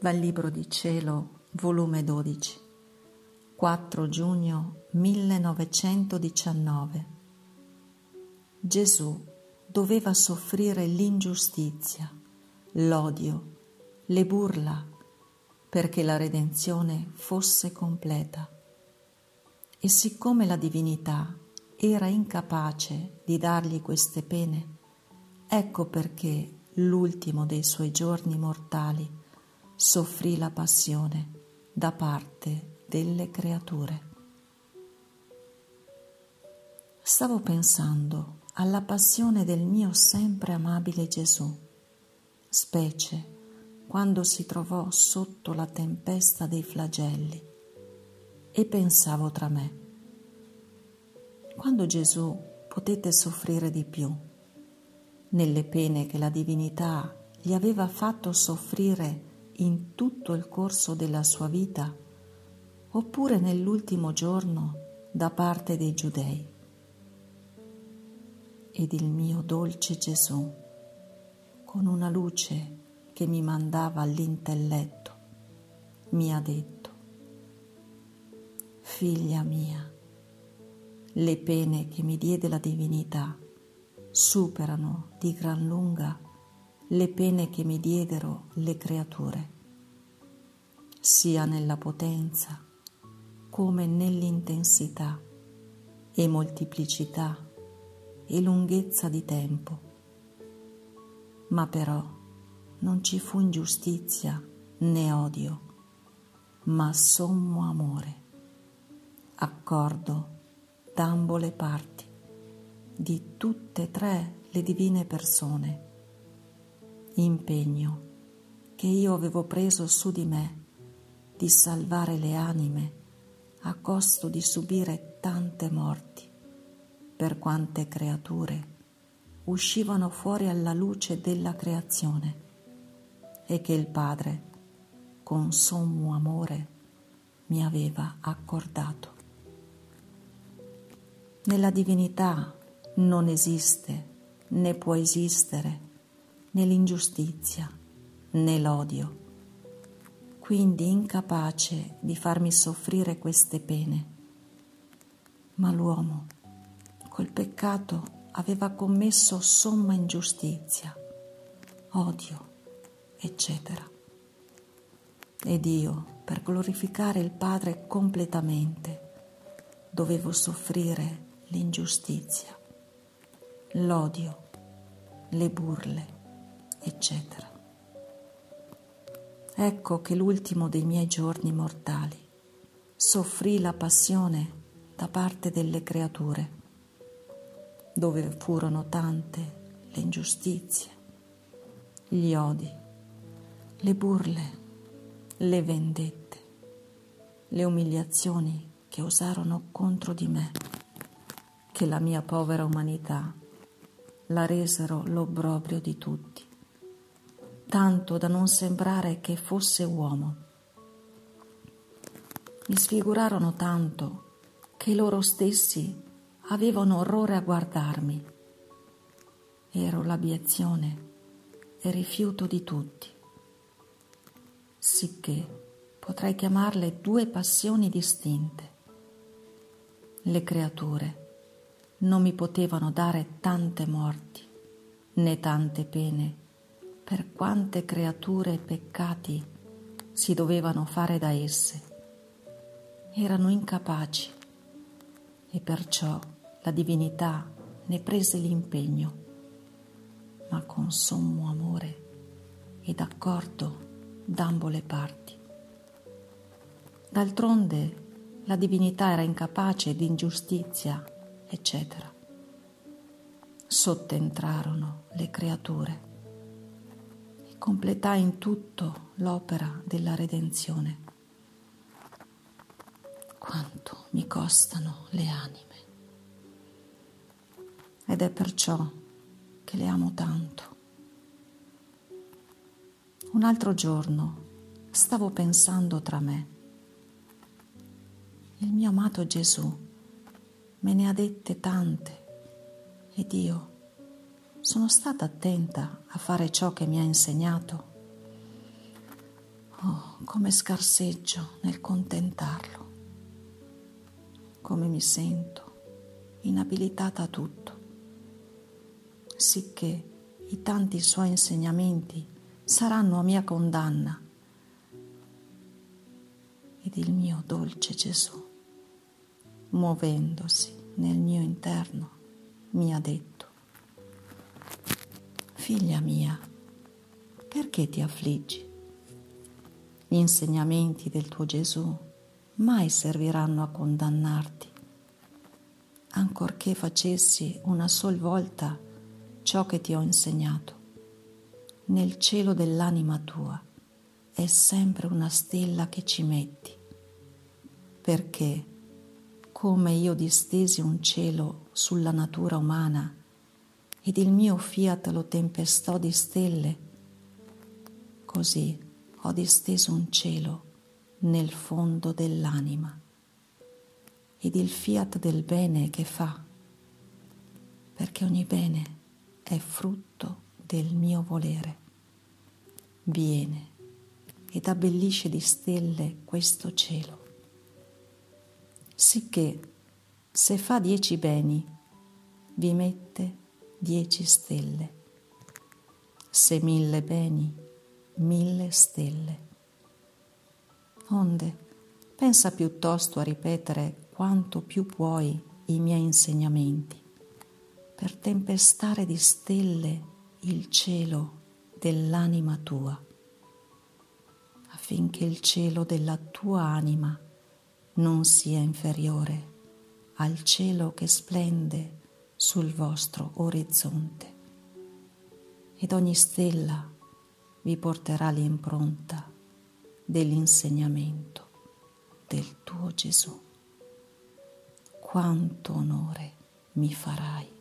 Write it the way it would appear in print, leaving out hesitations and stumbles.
Dal Libro di Cielo, volume 12, 4 giugno 1919. Gesù doveva soffrire l'ingiustizia, l'odio, le burla perché la redenzione fosse completa. E siccome la divinità era incapace di dargli queste pene, ecco perché l'ultimo dei suoi giorni mortali soffrì la passione da parte delle creature. Stavo pensando alla passione del mio sempre amabile Gesù, specie quando si trovò sotto la tempesta dei flagelli, e pensavo tra me: quando Gesù potette soffrire di più, nelle pene che la divinità gli aveva fatto soffrire in tutto il corso della sua vita, oppure nell'ultimo giorno da parte dei giudei? Ed il mio dolce Gesù, con una luce che mi mandava all'intelletto, mi ha detto: figlia mia, le pene che mi diede la divinità superano di gran lunga le pene che mi diedero le creature, sia nella potenza come nell'intensità e moltiplicità e lunghezza di tempo. Ma però non ci fu ingiustizia né odio, ma sommo amore, accordo d'ambo le parti, di tutte e tre le divine persone, impegno che io avevo preso su di me di salvare le anime a costo di subire tante morti, per quante creature uscivano fuori alla luce della creazione, e che il Padre, con sommo amore, mi aveva accordato. Nella divinità non esiste né può esistere né l'ingiustizia né l'odio, quindi incapace di farmi soffrire queste pene. Ma l'uomo col peccato aveva commesso somma ingiustizia, odio, eccetera. Ed io, per glorificare il Padre completamente, dovevo soffrire l'ingiustizia, l'odio, le burle, eccetera. Ecco che l'ultimo dei miei giorni mortali soffrì la passione da parte delle creature, dove furono tante le ingiustizie, gli odi, le burle, le vendette, le umiliazioni che usarono contro di me, che la mia povera umanità la resero l'obbrobrio di tutti, tanto da non sembrare che fosse uomo. Mi sfigurarono tanto che loro stessi avevano orrore a guardarmi. Ero l'abiezione e rifiuto di tutti, sicché potrei chiamarle due passioni distinte. Le creature non mi potevano dare tante morti né tante pene, per quante creature e peccati si dovevano fare da esse. Erano incapaci, e perciò la divinità ne prese l'impegno, ma con sommo amore ed accordo d'ambo le parti. D'altronde la divinità era incapace di ingiustizia, eccetera. Sottentrarono le creature e completai in tutto l'opera della redenzione. Quanto mi costano le anime! Ed è perciò che le amo tanto. Un altro giorno stavo pensando tra me: il mio amato Gesù me ne ha dette tante, ed io sono stata attenta a fare ciò che mi ha insegnato. Oh, come scarseggio nel contentarlo, come mi sento inabilitata a tutto, sicché i tanti suoi insegnamenti saranno a mia condanna. Ed il mio dolce Gesù, muovendosi nel mio interno, mi ha detto: figlia mia, perché ti affliggi? Gli insegnamenti del tuo Gesù mai serviranno a condannarti, ancorché facessi una sola volta ciò che ti ho insegnato. Nel cielo dell'anima tua è sempre una stella che ci metti, perché come io distesi un cielo sulla natura umana ed il mio fiat lo tempestò di stelle, così ho disteso un cielo nel fondo dell'anima ed il fiat del bene che fa, perché ogni bene è frutto del mio volere. Viene ed abbellisce di stelle questo cielo, sicché se fa 10 beni vi mette 10 stelle, se 1000 beni 1000 stelle. Onde pensa piuttosto a ripetere quanto più puoi i miei insegnamenti, per tempestare di stelle il cielo dell'anima tua, affinché il cielo della tua anima non sia inferiore al cielo che splende sul vostro orizzonte. Ed ogni stella vi porterà l'impronta dell'insegnamento del tuo Gesù. Quanto onore mi farai!